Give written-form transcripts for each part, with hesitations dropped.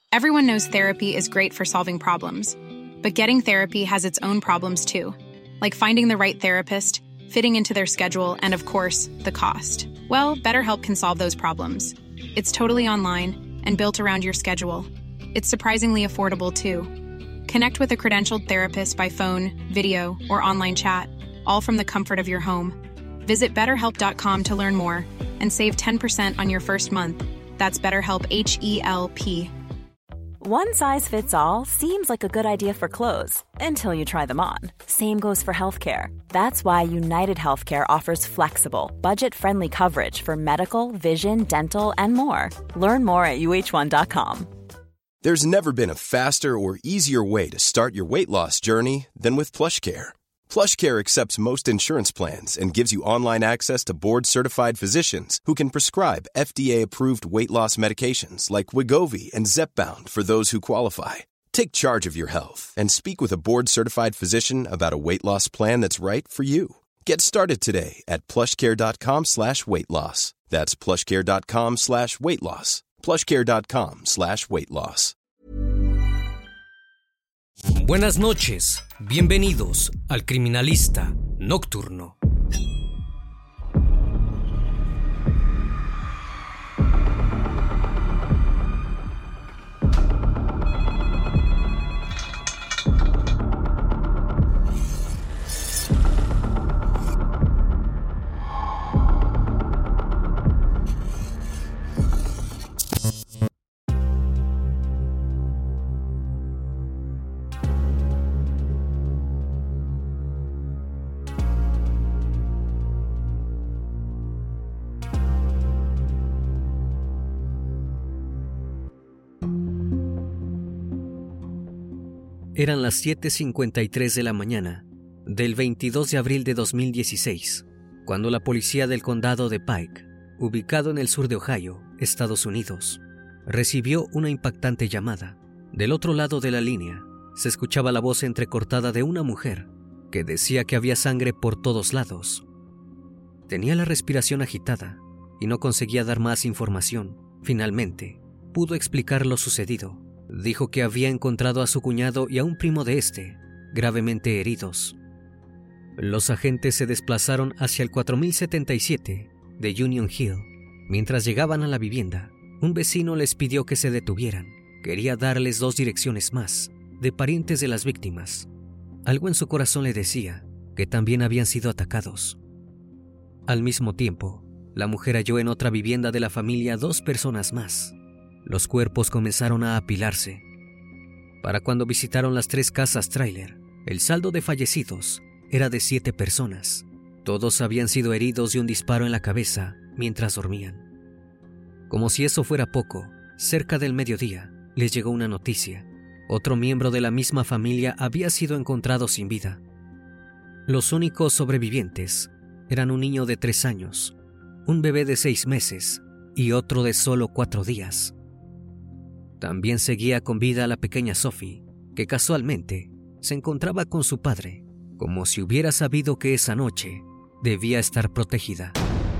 Everyone knows therapy is great for solving problems, but getting therapy has its own problems too, like finding the right therapist, fitting into their schedule, and of course, the cost. Well, BetterHelp can solve those problems. It's totally online and built around your schedule. It's surprisingly affordable too. Connect with a credentialed therapist by phone, video, or online chat, all from the comfort of your home. Visit BetterHelp.com to learn more and save 10% on your first month. That's BetterHelp, H-E-L-P. One size fits all seems like a good idea for clothes until you try them on. Same goes for healthcare. That's why United Healthcare offers flexible, budget-friendly coverage for medical, vision, dental, and more. Learn more at UH1.com. There's never been a faster or easier way to start your weight loss journey than with PlushCare. PlushCare accepts most insurance plans and gives you online access to board-certified physicians who can prescribe FDA-approved weight loss medications like Wegovy and Zepbound for those who qualify. Take charge of your health and speak with a board-certified physician about a weight loss plan that's right for you. Get started today at plushcare.com/weight loss. That's plushcare.com/weight loss. plushcare.com/weight loss. Buenas noches, bienvenidos al Criminalista Nocturno. Eran las 7:53 de la mañana del 22 de abril de 2016, cuando la policía del condado de Pike, ubicado en el sur de Ohio, Estados Unidos, recibió una impactante llamada. Del otro lado de la línea, se escuchaba la voz entrecortada de una mujer que decía que había sangre por todos lados. Tenía la respiración agitada y no conseguía dar más información. Finalmente, pudo explicar lo sucedido. Dijo que había encontrado a su cuñado y a un primo de este, gravemente heridos. Los agentes se desplazaron hacia el 4077 de Union Hill. Mientras llegaban a la vivienda, un vecino les pidió que se detuvieran. Quería darles 2 direcciones más, de parientes de las víctimas. Algo en su corazón le decía que también habían sido atacados. Al mismo tiempo, la mujer halló en otra vivienda de la familia 2 personas más. Los cuerpos comenzaron a apilarse. Para cuando visitaron las 3 casas tráiler, el saldo de fallecidos era de 7 personas. Todos habían sido heridos de un disparo en la cabeza mientras dormían. Como si eso fuera poco, cerca del mediodía les llegó una noticia. Otro miembro de la misma familia había sido encontrado sin vida. Los únicos sobrevivientes eran un niño de 3 años, un bebé de 6 meses y otro de solo 4 días. También seguía con vida la pequeña Sophie, que casualmente se encontraba con su padre, como si hubiera sabido que esa noche debía estar protegida.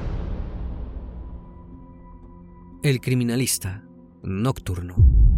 El Criminalista Nocturno.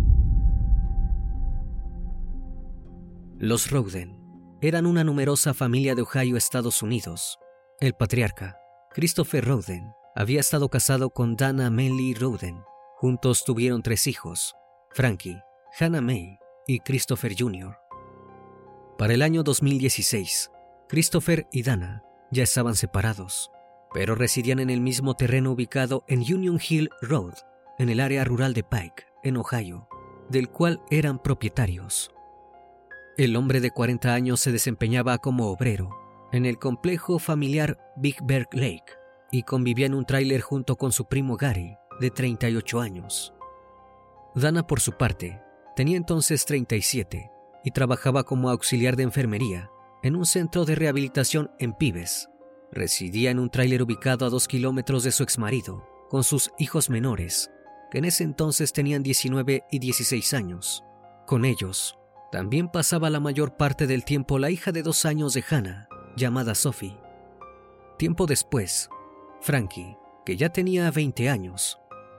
Los Rowden eran una numerosa familia de Ohio, Estados Unidos. El patriarca, Christopher Rowden, había estado casado con Dana Manley Rowden. Juntos tuvieron 3 hijos: Frankie, Hannah May y Christopher Jr. Para el año 2016, Christopher y Dana ya estaban separados, pero residían en el mismo terreno ubicado en Union Hill Road, en el área rural de Pike, en Ohio, del cual eran propietarios. El hombre de 40 años se desempeñaba como obrero en el complejo familiar Big Bear Lake y convivía en un tráiler junto con su primo Gary, de 38 años. Dana, por su parte, tenía entonces 37 y trabajaba como auxiliar de enfermería en un centro de rehabilitación en Pibes. Residía en un tráiler ubicado a 2 kilómetros de su exmarido, con sus hijos menores, que en ese entonces tenían 19 y 16 años. Con ellos, también pasaba la mayor parte del tiempo la hija de 2 años de Hannah, llamada Sophie. Tiempo después, Frankie, que ya tenía 20 años,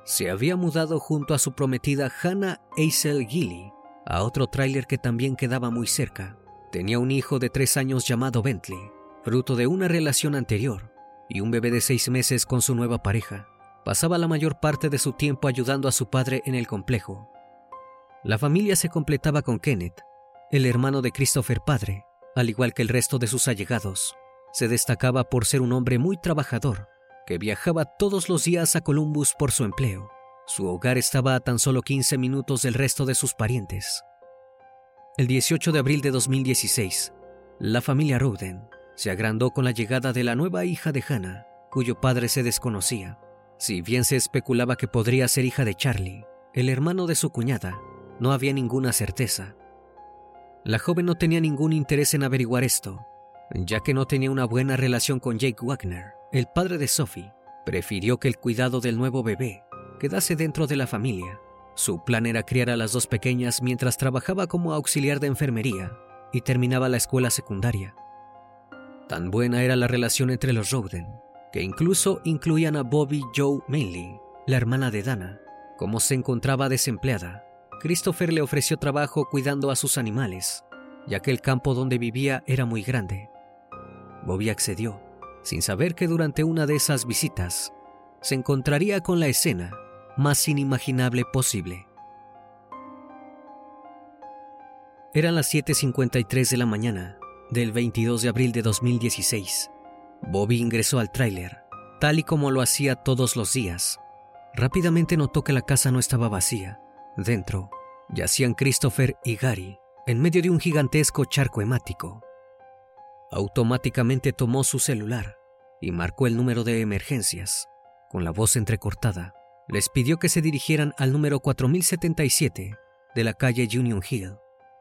se había mudado junto a su prometida Hannah Eisel Gilly a otro tráiler que también quedaba muy cerca. Tenía un hijo de 3 años llamado Bentley, fruto de una relación anterior, y un bebé de 6 meses con su nueva pareja. Pasaba la mayor parte de su tiempo ayudando a su padre en el complejo. La familia se completaba con Kenneth, el hermano de Christopher padre, al igual que el resto de sus allegados. Se destacaba por ser un hombre muy trabajador, que viajaba todos los días a Columbus por su empleo. Su hogar estaba a tan solo 15 minutos del resto de sus parientes. El 18 de abril de 2016, la familia Rowden se agrandó con la llegada de la nueva hija de Hannah, cuyo padre se desconocía. Si bien se especulaba que podría ser hija de Charlie, el hermano de su cuñada, no había ninguna certeza. La joven no tenía ningún interés en averiguar esto, ya que no tenía una buena relación con Jake Wagner, el padre de Sophie. Prefirió que el cuidado del nuevo bebé quedase dentro de la familia. Su plan era criar a las 2 pequeñas mientras trabajaba como auxiliar de enfermería y terminaba la escuela secundaria. Tan buena era la relación entre los Rowden, que incluso incluían a Bobby Joe Manley, la hermana de Dana. Como se encontraba desempleada, Christopher le ofreció trabajo cuidando a sus animales, ya que el campo donde vivía era muy grande. Bobby accedió, sin saber que durante una de esas visitas se encontraría con la escena más inimaginable posible. Eran las 7:53 de la mañana del 22 de abril de 2016. Bobby ingresó al tráiler, tal y como lo hacía todos los días. Rápidamente notó que la casa no estaba vacía. Dentro yacían Christopher y Gary, en medio de un gigantesco charco hemático. Automáticamente tomó su celular y marcó el número de emergencias. Con la voz entrecortada, les pidió que se dirigieran al número 4077 de la calle Union Hill.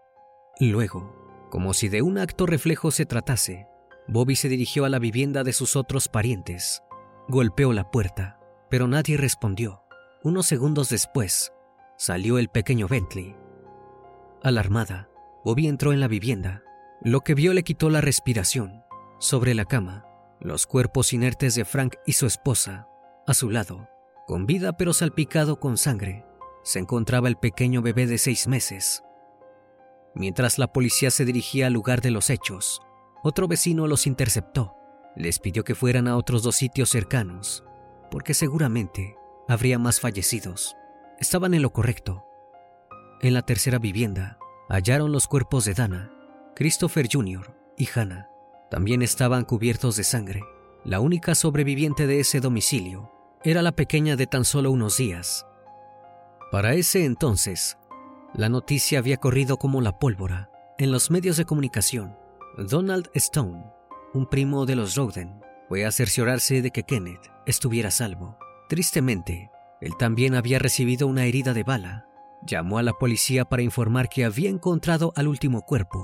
Luego, como si de un acto reflejo se tratase, Bobby se dirigió a la vivienda de sus otros parientes. Golpeó la puerta, pero nadie respondió. Unos segundos después, salió el pequeño Bentley. Alarmada, Bobby entró en la vivienda. Lo que vio le quitó la respiración. Sobre la cama, los cuerpos inertes de Frank y su esposa. A su lado, con vida pero salpicado con sangre, se encontraba el pequeño bebé de 6 meses. Mientras la policía se dirigía al lugar de los hechos, otro vecino los interceptó. Les pidió que fueran a otros 2 sitios cercanos, porque seguramente habría más fallecidos. Estaban en lo correcto. En la tercera vivienda, hallaron los cuerpos de Dana, Christopher Jr. y Hannah. También estaban cubiertos de sangre. La única sobreviviente de ese domicilio era la pequeña de tan solo unos días. Para ese entonces, la noticia había corrido como la pólvora en los medios de comunicación. Donald Stone, un primo de los Rowden, fue a cerciorarse de que Kenneth estuviera a salvo. Tristemente, él también había recibido una herida de bala. Llamó a la policía para informar que había encontrado al último cuerpo.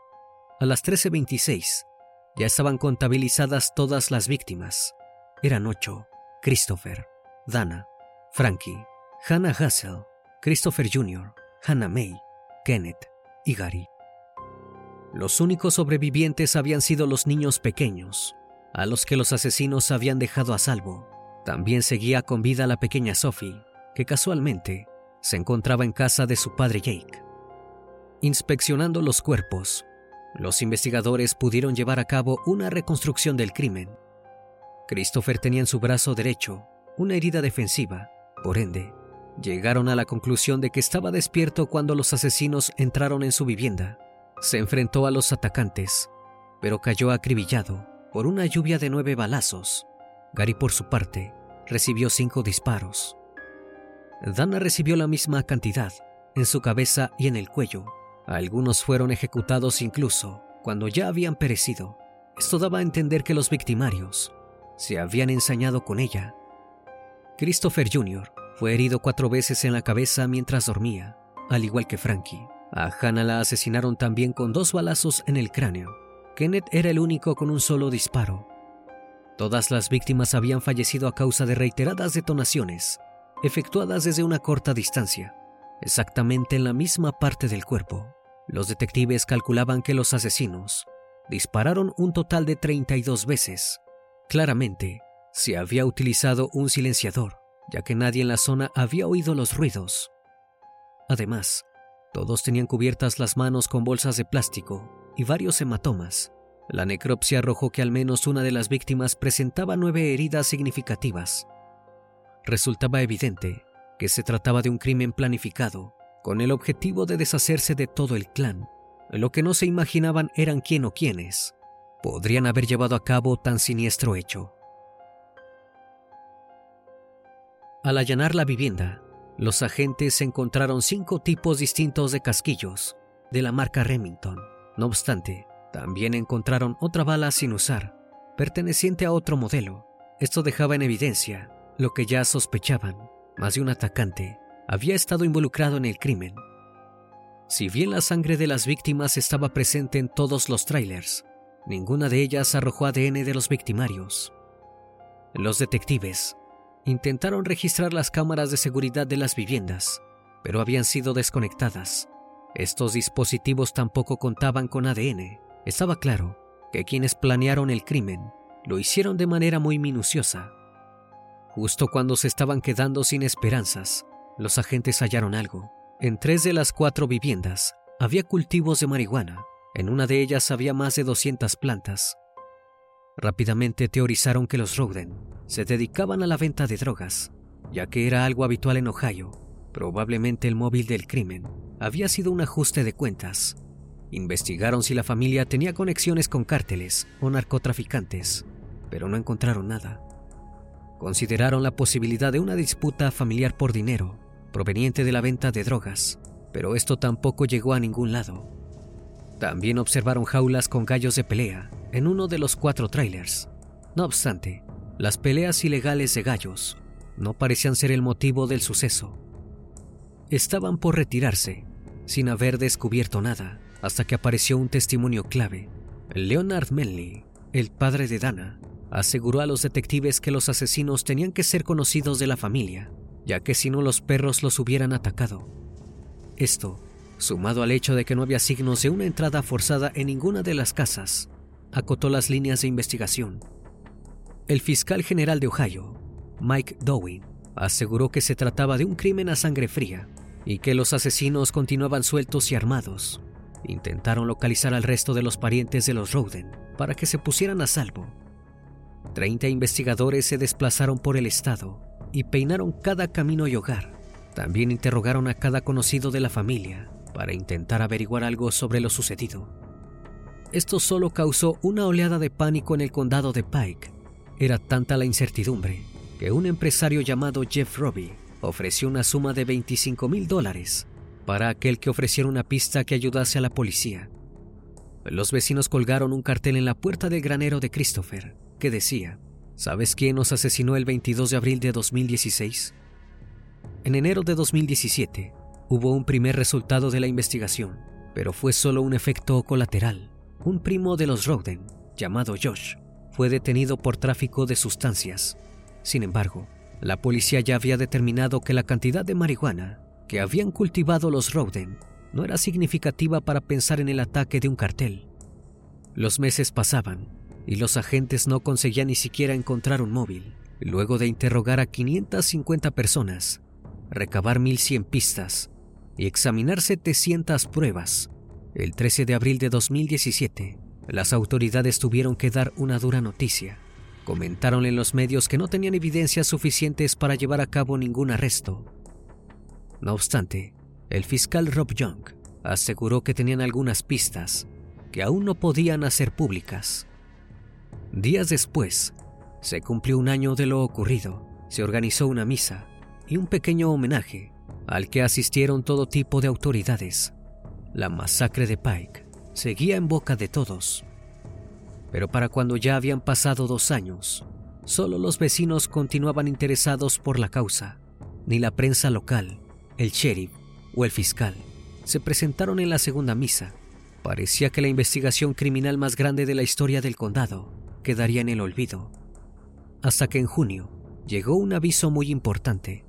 A las 13:26, ya estaban contabilizadas todas las víctimas. Eran 8: Christopher, Dana, Frankie, Hannah Hassel, Christopher Jr., Hannah May, Kenneth y Gary. Los únicos sobrevivientes habían sido los niños pequeños, a los que los asesinos habían dejado a salvo. También seguía con vida la pequeña Sophie, que casualmente se encontraba en casa de su padre Jake. Inspeccionando los cuerpos, los investigadores pudieron llevar a cabo una reconstrucción del crimen. Christopher tenía en su brazo derecho una herida defensiva, por ende, llegaron a la conclusión de que estaba despierto cuando los asesinos entraron en su vivienda. Se enfrentó a los atacantes, pero cayó acribillado por una lluvia de 9 balazos. Gary, por su parte, recibió 5 disparos. Dana recibió la misma cantidad en su cabeza y en el cuello. Algunos fueron ejecutados incluso cuando ya habían perecido. Esto daba a entender que los victimarios se habían ensañado con ella. Christopher Jr. fue herido 4 veces en la cabeza mientras dormía, al igual que Frankie. A Hannah la asesinaron también con 2 balazos en el cráneo. Kenneth era el único con un solo disparo. Todas las víctimas habían fallecido a causa de reiteradas detonaciones, efectuadas desde una corta distancia, exactamente en la misma parte del cuerpo. Los detectives calculaban que los asesinos dispararon un total de 32 veces. Claramente, se había utilizado un silenciador, ya que nadie en la zona había oído los ruidos. Además, todos tenían cubiertas las manos con bolsas de plástico y varios hematomas. La necropsia arrojó que al menos una de las víctimas presentaba 9 heridas significativas. Resultaba evidente que se trataba de un crimen planificado, con el objetivo de deshacerse de todo el clan. Lo que no se imaginaban eran quién o quiénes podrían haber llevado a cabo tan siniestro hecho. Al allanar la vivienda, los agentes encontraron 5 tipos distintos de casquillos de la marca Remington. No obstante, también encontraron otra bala sin usar, perteneciente a otro modelo. Esto dejaba en evidencia lo que ya sospechaban: más de un atacante había estado involucrado en el crimen. Si bien la sangre de las víctimas estaba presente en todos los tráilers, ninguna de ellas arrojó ADN de los victimarios. Los detectives intentaron registrar las cámaras de seguridad de las viviendas, pero habían sido desconectadas. Estos dispositivos tampoco contaban con ADN. Estaba claro que quienes planearon el crimen lo hicieron de manera muy minuciosa. Justo cuando se estaban quedando sin esperanzas, los agentes hallaron algo. En 3 de las 4 viviendas había cultivos de marihuana. En una de ellas había más de 200 plantas. Rápidamente teorizaron que los Rowden se dedicaban a la venta de drogas, ya que era algo habitual en Ohio. Probablemente el móvil del crimen había sido un ajuste de cuentas. Investigaron si la familia tenía conexiones con cárteles o narcotraficantes, pero no encontraron nada. Consideraron la posibilidad de una disputa familiar por dinero proveniente de la venta de drogas, pero esto tampoco llegó a ningún lado. También observaron jaulas con gallos de pelea en uno de los 4 trailers. No obstante, las peleas ilegales de gallos no parecían ser el motivo del suceso. Estaban por retirarse, sin haber descubierto nada, hasta que apareció un testimonio clave. Leonard Manley, el padre de Dana, aseguró a los detectives que los asesinos tenían que ser conocidos de la familia, ya que si no los perros los hubieran atacado. Esto, sumado al hecho de que no había signos de una entrada forzada en ninguna de las casas, acotó las líneas de investigación. El fiscal general de Ohio, Mike Dowling, aseguró que se trataba de un crimen a sangre fría y que los asesinos continuaban sueltos y armados. Intentaron localizar al resto de los parientes de los Rowden para que se pusieran a salvo. 30 investigadores se desplazaron por el estado y peinaron cada camino y hogar. También interrogaron a cada conocido de la familia para intentar averiguar algo sobre lo sucedido. Esto solo causó una oleada de pánico en el condado de Pike. Era tanta la incertidumbre que un empresario llamado Jeff Robbie ofreció una suma de $25,000 para aquel que ofreciera una pista que ayudase a la policía. Los vecinos colgaron un cartel en la puerta del granero de Christopher que decía: ¿sabes quién nos asesinó el 22 de abril de 2016? En enero de 2017 hubo un primer resultado de la investigación, pero fue solo un efecto colateral. Un primo de los Rowden, llamado Josh, fue detenido por tráfico de sustancias. Sin embargo, la policía ya había determinado que la cantidad de marihuana que habían cultivado los Rowden no era significativa para pensar en el ataque de un cartel. Los meses pasaban y los agentes no conseguían ni siquiera encontrar un móvil. Luego de interrogar a 550 personas, recabar 1,100 pistas y examinar 700 pruebas, el 13 de abril de 2017, las autoridades tuvieron que dar una dura noticia. Comentaron en los medios que no tenían evidencias suficientes para llevar a cabo ningún arresto. No obstante, el fiscal Rob Young aseguró que tenían algunas pistas que aún no podían hacer públicas. Días después, se cumplió 1 año de lo ocurrido. Se organizó una misa y un pequeño homenaje al que asistieron todo tipo de autoridades. La masacre de Pike seguía en boca de todos. Pero para cuando ya habían pasado 2 años, solo los vecinos continuaban interesados por la causa. Ni la prensa local, el sheriff o el fiscal se presentaron en la segunda misa. Parecía que la investigación criminal más grande de la historia del condado quedaría en el olvido. Hasta que en junio llegó un aviso muy importante.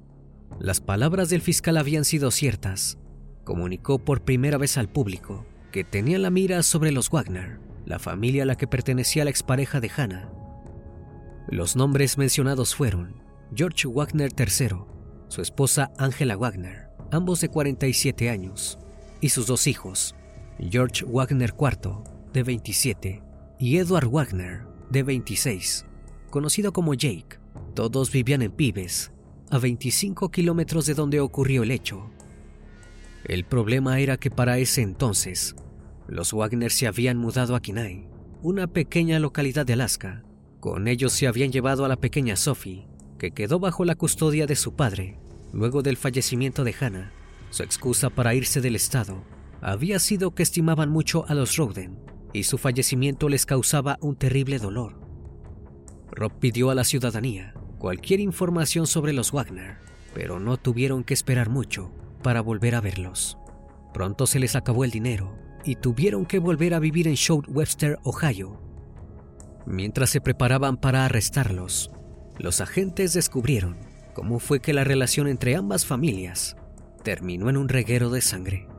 Las palabras del fiscal habían sido ciertas. Comunicó por primera vez al público que tenía la mira sobre los Wagner, la familia a la que pertenecía la expareja de Hannah. Los nombres mencionados fueron George Wagner III, su esposa Angela Wagner, ambos de 47 años, y sus dos hijos, George Wagner IV, de 27, y Edward Wagner, de 26, conocido como Jake. Todos vivían en Pibes, a 25 kilómetros de donde ocurrió el hecho. El problema era que para ese entonces, los Wagner se habían mudado a Kenai, una pequeña localidad de Alaska. Con ellos se habían llevado a la pequeña Sophie, que quedó bajo la custodia de su padre luego del fallecimiento de Hannah. Su excusa para irse del estado había sido que estimaban mucho a los Rowden y su fallecimiento les causaba un terrible dolor. Rob pidió a la ciudadanía cualquier información sobre los Wagner, pero no tuvieron que esperar mucho para volver a verlos. Pronto se les acabó el dinero y tuvieron que volver a vivir en South Webster, Ohio. Mientras se preparaban para arrestarlos, los agentes descubrieron cómo fue que la relación entre ambas familias terminó en un reguero de sangre.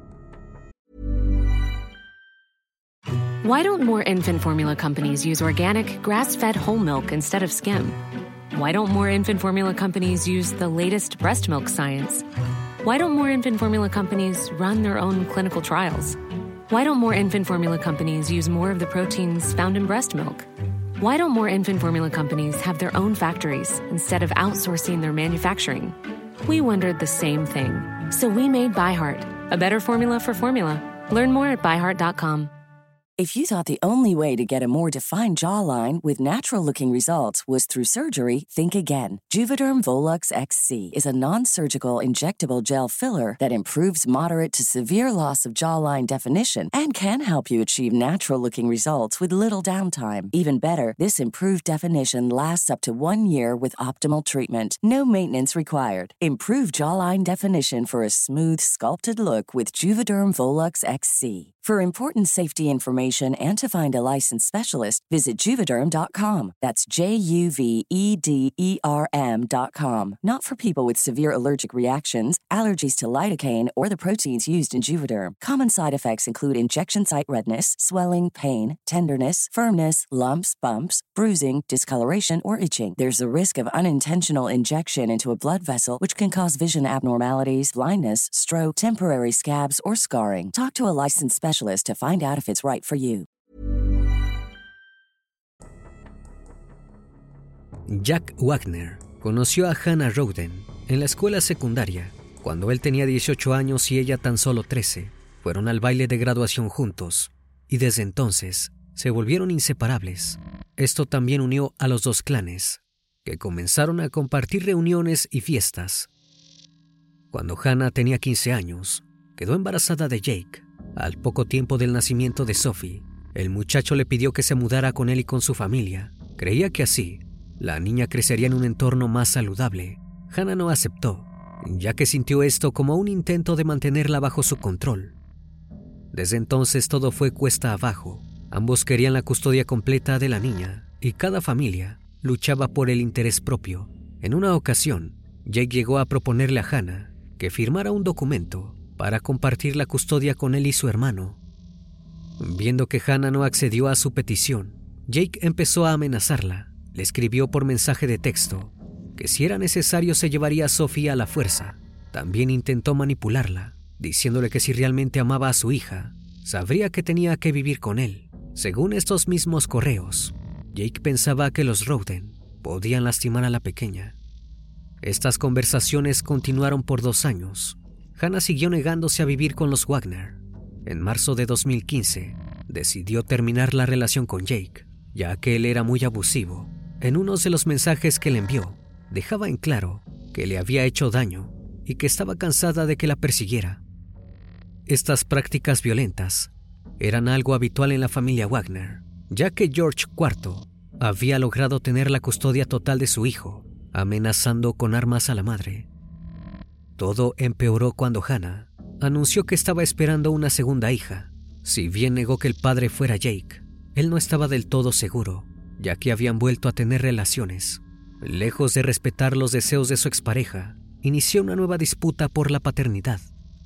Why don't more infant formula companies use organic, grass-fed whole milk instead of skim? Why don't more infant formula companies use the latest breast milk science? Why don't more infant formula companies run their own clinical trials? Why don't more infant formula companies use more of the proteins found in breast milk? Why don't more infant formula companies have their own factories instead of outsourcing their manufacturing? We wondered the same thing. So we made ByHeart, a better formula for formula. Learn more at byheart.com. If you thought the only way to get a more defined jawline with natural-looking results was through surgery, think again. Juvederm Volux XC is a non-surgical injectable gel filler that improves moderate to severe loss of jawline definition and can help you achieve natural-looking results with little downtime. Even better, this improved definition lasts up to 1 year with optimal treatment. No maintenance required. Improve jawline definition for a smooth, sculpted look with Juvederm Volux XC. For important safety information and to find a licensed specialist, visit Juvederm.com. That's Juvederm.com. Not for people with severe allergic reactions, allergies to lidocaine, or the proteins used in Juvederm. Common side effects include injection site redness, swelling, pain, tenderness, firmness, lumps, bumps, bruising, discoloration, or itching. There's a risk of unintentional injection into a blood vessel, which can cause vision abnormalities, blindness, stroke, temporary scabs, or scarring. Talk to a licensed specialist to find out if it's right for you. Jack Wagner conoció a Hannah Rowden en la escuela secundaria cuando él tenía 18 años y ella tan solo 13. Fueron al baile de graduación juntos y desde entonces se volvieron inseparables. Esto también unió a los dos clanes, que comenzaron a compartir reuniones y fiestas. Cuando Hannah tenía 15 años, quedó embarazada de Jake. Al poco tiempo del nacimiento de Sophie, el muchacho le pidió que se mudara con él y con su familia. Creía que así, la niña crecería en un entorno más saludable. Hannah no aceptó, ya que sintió esto como un intento de mantenerla bajo su control. Desde entonces todo fue cuesta abajo. Ambos querían la custodia completa de la niña, y cada familia luchaba por el interés propio. En una ocasión, Jake llegó a proponerle a Hannah que firmara un documento para compartir la custodia con él y su hermano. Viendo que Hannah no accedió a su petición, Jake empezó a amenazarla. Le escribió por mensaje de texto que si era necesario se llevaría a Sophie a la fuerza. También intentó manipularla, diciéndole que si realmente amaba a su hija, sabría que tenía que vivir con él. Según estos mismos correos, Jake pensaba que los Rowden podían lastimar a la pequeña. Estas conversaciones continuaron por 2 años. Hannah siguió negándose a vivir con los Wagner. En marzo de 2015, decidió terminar la relación con Jake, ya que él era muy abusivo. En uno de los mensajes que le envió, dejaba en claro que le había hecho daño y que estaba cansada de que la persiguiera. Estas prácticas violentas eran algo habitual en la familia Wagner, ya que George IV había logrado tener la custodia total de su hijo, amenazando con armas a la madre. Todo empeoró cuando Hannah anunció que estaba esperando una segunda hija. Si bien negó que el padre fuera Jake, él no estaba del todo seguro, ya que habían vuelto a tener relaciones. Lejos de respetar los deseos de su expareja, inició una nueva disputa por la paternidad.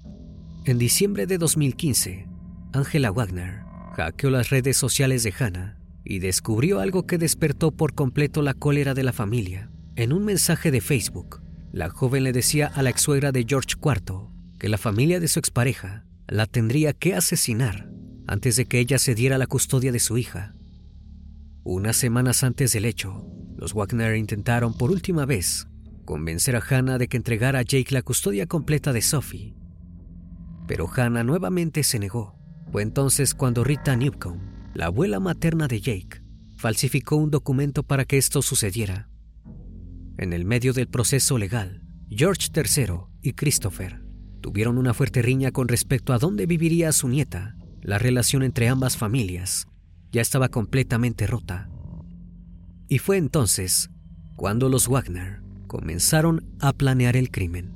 En diciembre de 2015, Angela Wagner hackeó las redes sociales de Hannah y descubrió algo que despertó por completo la cólera de la familia. En un mensaje de Facebook, la joven le decía a la ex-suegra de George IV que la familia de su expareja la tendría que asesinar antes de que ella cediera la custodia de su hija. Unas semanas antes del hecho, los Wagner intentaron por última vez convencer a Hannah de que entregara a Jake la custodia completa de Sophie. Pero Hannah nuevamente se negó. Fue entonces cuando Rita Newcomb, la abuela materna de Jake, falsificó un documento para que esto sucediera. En el medio del proceso legal, George III y Christopher tuvieron una fuerte riña con respecto a dónde viviría su nieta. La relación entre ambas familias ya estaba completamente rota. Y fue entonces cuando los Wagner comenzaron a planear el crimen.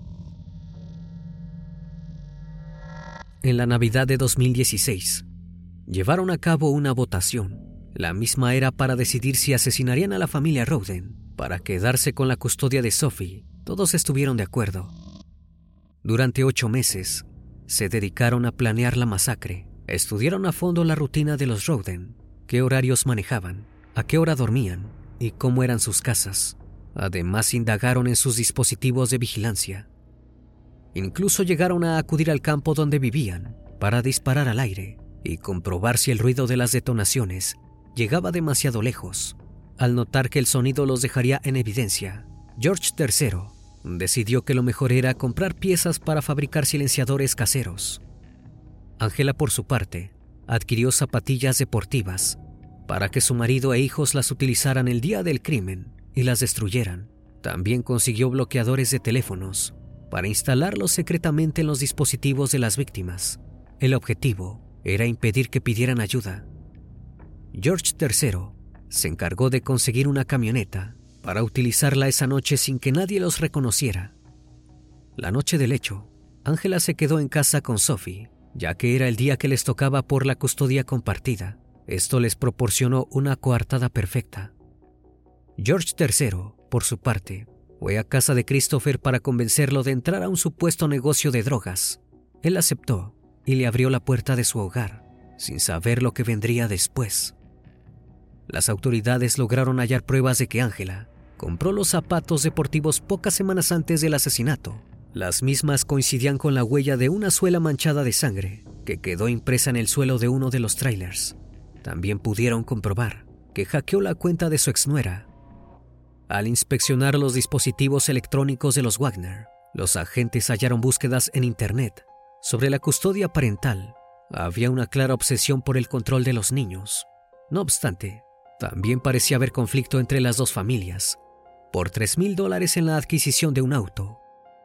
En la Navidad de 2016, llevaron a cabo una votación. La misma era para decidir si asesinarían a la familia Rowden para quedarse con la custodia de Sophie. Todos estuvieron de acuerdo. Durante 8 meses, se dedicaron a planear la masacre. Estudiaron a fondo la rutina de los Rowden, qué horarios manejaban, a qué hora dormían y cómo eran sus casas. Además, indagaron en sus dispositivos de vigilancia. Incluso llegaron a acudir al campo donde vivían para disparar al aire y comprobar si el ruido de las detonaciones llegaba demasiado lejos. Al notar que el sonido los dejaría en evidencia, George III decidió que lo mejor era comprar piezas para fabricar silenciadores caseros. Angela, por su parte, adquirió zapatillas deportivas para que su marido e hijos las utilizaran el día del crimen y las destruyeran. También consiguió bloqueadores de teléfonos para instalarlos secretamente en los dispositivos de las víctimas. El objetivo era impedir que pidieran ayuda. George III se encargó de conseguir una camioneta para utilizarla esa noche sin que nadie los reconociera. La noche del hecho, Angela se quedó en casa con Sophie, ya que era el día que les tocaba por la custodia compartida. Esto les proporcionó una coartada perfecta. George III, por su parte, fue a casa de Christopher para convencerlo de entrar a un supuesto negocio de drogas. Él aceptó y le abrió la puerta de su hogar, sin saber lo que vendría después. Las autoridades lograron hallar pruebas de que Angela compró los zapatos deportivos pocas semanas antes del asesinato. Las mismas coincidían con la huella de una suela manchada de sangre que quedó impresa en el suelo de uno de los trailers. También pudieron comprobar que hackeó la cuenta de su exnuera. Al inspeccionar los dispositivos electrónicos de los Wagner, los agentes hallaron búsquedas en Internet sobre la custodia parental. Había una clara obsesión por el control de los niños. No obstante, también parecía haber conflicto entre las dos familias por $3,000 en la adquisición de un auto.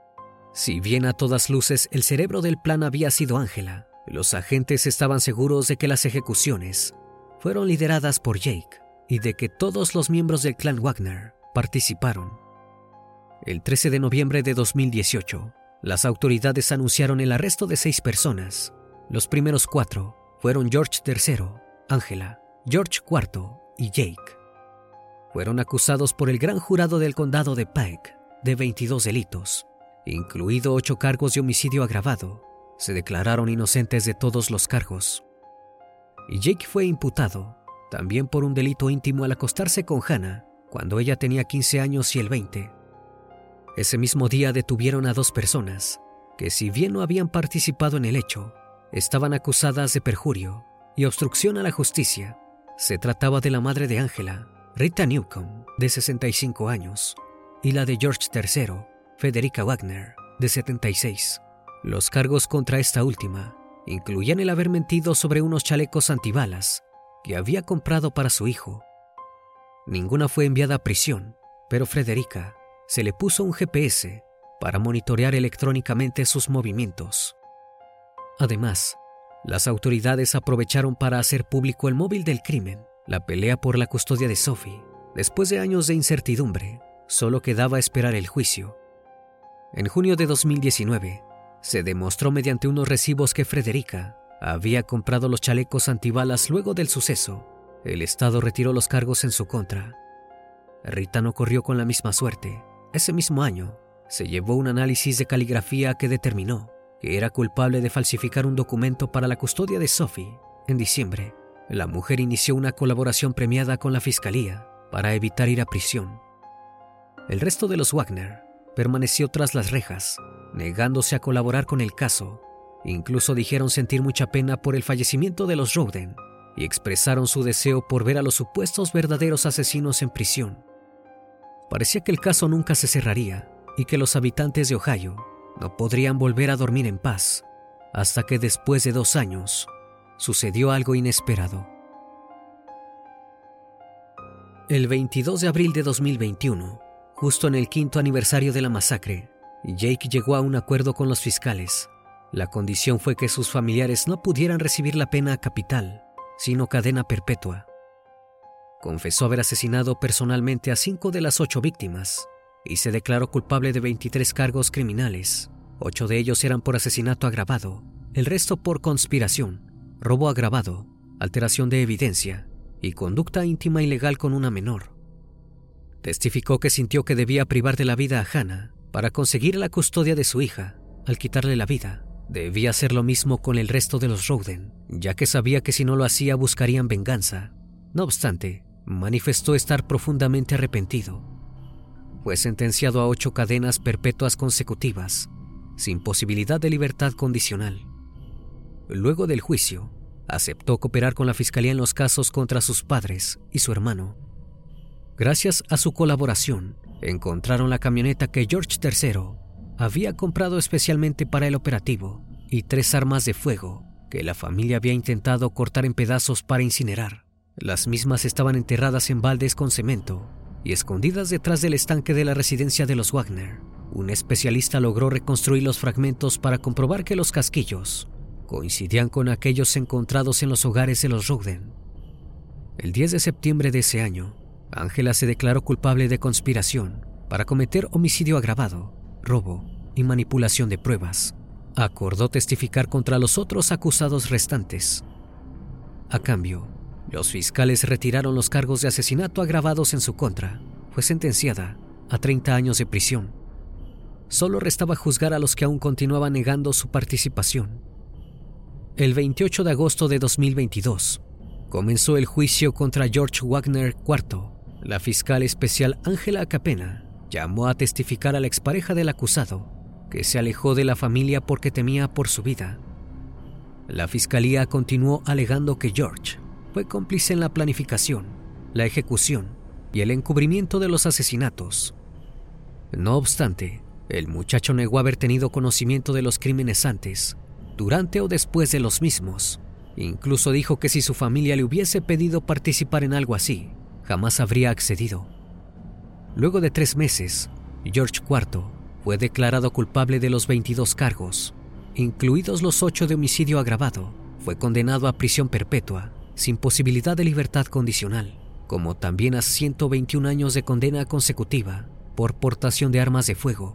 Si bien a todas luces el cerebro del plan había sido Angela, los agentes estaban seguros de que las ejecuciones fueron lideradas por Jake y de que todos los miembros del clan Wagner participaron. El 13 de noviembre de 2018, las autoridades anunciaron el arresto de 6 personas. Los primeros 4 fueron George III, Angela, George IV y Jake. Fueron acusados por el gran jurado del condado de Pike de 22 delitos, incluido 8 cargos de homicidio agravado. Se declararon inocentes de todos los cargos. Y Jake fue imputado también por un delito íntimo al acostarse con Hannah cuando ella tenía 15 años y él 20. Ese mismo día detuvieron a 2 personas que, si bien no habían participado en el hecho, estaban acusadas de perjurio y obstrucción a la justicia. Se trataba de la madre de Angela, Rita Newcomb, de 65 años, y la de George III, Frederica Wagner, de 76. Los cargos contra esta última incluían el haber mentido sobre unos chalecos antibalas que había comprado para su hijo. Ninguna fue enviada a prisión, pero Frederica se le puso un GPS para monitorear electrónicamente sus movimientos. Además, las autoridades aprovecharon para hacer público el móvil del crimen. La pelea por la custodia de Sophie. Después de años de incertidumbre, solo quedaba esperar el juicio. En junio de 2019, se demostró mediante unos recibos que Frederica había comprado los chalecos antibalas luego del suceso. El Estado retiró los cargos en su contra. Rita no corrió con la misma suerte. Ese mismo año, se llevó un análisis de caligrafía que determinó que era culpable de falsificar un documento para la custodia de Sophie. En diciembre, la mujer inició una colaboración premiada con la fiscalía para evitar ir a prisión. El resto de los Wagner permaneció tras las rejas, negándose a colaborar con el caso. Incluso dijeron sentir mucha pena por el fallecimiento de los Rowden y expresaron su deseo por ver a los supuestos verdaderos asesinos en prisión. Parecía que el caso nunca se cerraría y que los habitantes de Ohio no podrían volver a dormir en paz, hasta que después de 2 años sucedió algo inesperado. El 22 de abril de 2021, justo en el 5º aniversario de la masacre, Jake llegó a un acuerdo con los fiscales. La condición fue que sus familiares no pudieran recibir la pena capital, sino cadena perpetua. Confesó haber asesinado personalmente a 5 de las 8 víctimas y se declaró culpable de 23 cargos criminales. 8 de ellos eran por asesinato agravado, el resto por conspiración, robo agravado, alteración de evidencia y conducta íntima ilegal con una menor. Testificó que sintió que debía privar de la vida a Hannah para conseguir la custodia de su hija. Al quitarle la vida, debía hacer lo mismo con el resto de los Rowden, ya que sabía que si no lo hacía buscarían venganza. No obstante, manifestó estar profundamente arrepentido. Fue sentenciado a 8 cadenas perpetuas consecutivas, sin posibilidad de libertad condicional. Luego del juicio, aceptó cooperar con la fiscalía en los casos contra sus padres y su hermano. Gracias a su colaboración, encontraron la camioneta que George III había comprado especialmente para el operativo y 3 armas de fuego que la familia había intentado cortar en pedazos para incinerar. Las mismas estaban enterradas en baldes con cemento y escondidas detrás del estanque de la residencia de los Wagner. Un especialista logró reconstruir los fragmentos para comprobar que los casquillos coincidían con aquellos encontrados en los hogares de los Rowden. El 10 de septiembre de ese año, Angela se declaró culpable de conspiración para cometer homicidio agravado, robo y manipulación de pruebas. Acordó testificar contra los otros acusados restantes. A cambio, los fiscales retiraron los cargos de asesinato agravados en su contra. Fue sentenciada a 30 años de prisión. Solo restaba juzgar a los que aún continuaban negando su participación. El 28 de agosto de 2022, comenzó el juicio contra George Wagner IV. La fiscal especial Angela Capena llamó a testificar a la expareja del acusado, que se alejó de la familia porque temía por su vida. La fiscalía continuó alegando que George fue cómplice en la planificación, la ejecución y el encubrimiento de los asesinatos. No obstante, el muchacho negó haber tenido conocimiento de los crímenes antes, durante o después de los mismos. Incluso dijo que si su familia le hubiese pedido participar en algo así, jamás habría accedido. Luego de 3 meses, George IV fue declarado culpable de los 22 cargos, incluidos los 8 de homicidio agravado. Fue condenado a prisión perpetua, sin posibilidad de libertad condicional, como también a 121 años de condena consecutiva por portación de armas de fuego.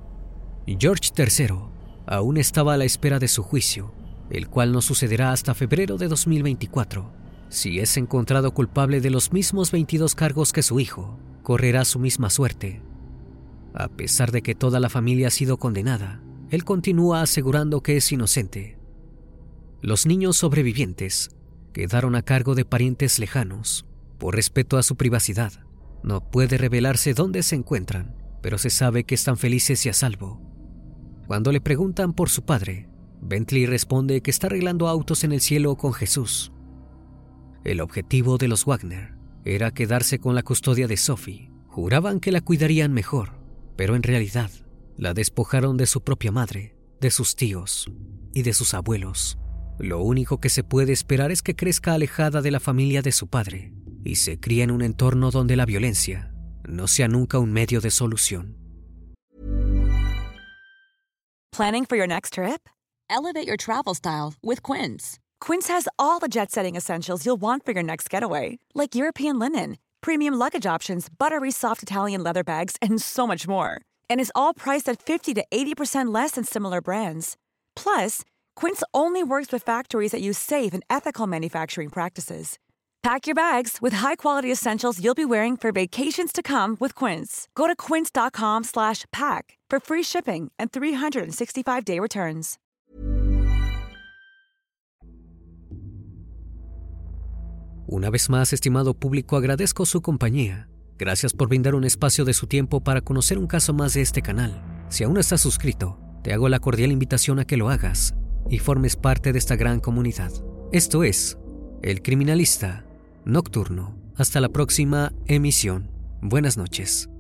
George III aún estaba a la espera de su juicio, el cual no sucederá hasta febrero de 2024. Si es encontrado culpable de los mismos 22 cargos que su hijo, correrá su misma suerte. A pesar de que toda la familia ha sido condenada, él continúa asegurando que es inocente. Los niños sobrevivientes quedaron a cargo de parientes lejanos. Por respeto a su privacidad, no puede revelarse dónde se encuentran, pero se sabe que están felices y a salvo. Cuando le preguntan por su padre, Bentley responde que está arreglando autos en el cielo con Jesús. El objetivo de los Wagner era quedarse con la custodia de Sophie. Juraban que la cuidarían mejor, pero en realidad la despojaron de su propia madre, de sus tíos y de sus abuelos. Lo único que se puede esperar es que crezca alejada de la familia de su padre y se críe en un entorno donde la violencia no sea nunca un medio de solución. Planning for your next trip? Elevate your travel style with Quince. Quince has all the jet-setting essentials you'll want for your next getaway, like European linen, premium luggage options, buttery soft Italian leather bags, and so much more. And is all priced at 50 to 80% less than similar brands. Plus, Quince only works with factories that use safe and ethical manufacturing practices. Pack your bags with high-quality essentials you'll be wearing for vacations to come with Quince. Go to quince.com/pack for free shipping and 365-day returns. Una vez más, estimado público, agradezco su compañía Gracias por brindar un espacio de su tiempo para conocer un caso más de este canal. Si aún no estás suscrito, te hago la cordial invitación a que lo hagas y formes parte de esta gran comunidad. Esto es El Criminalista Nocturno. Hasta la próxima emisión. Buenas noches.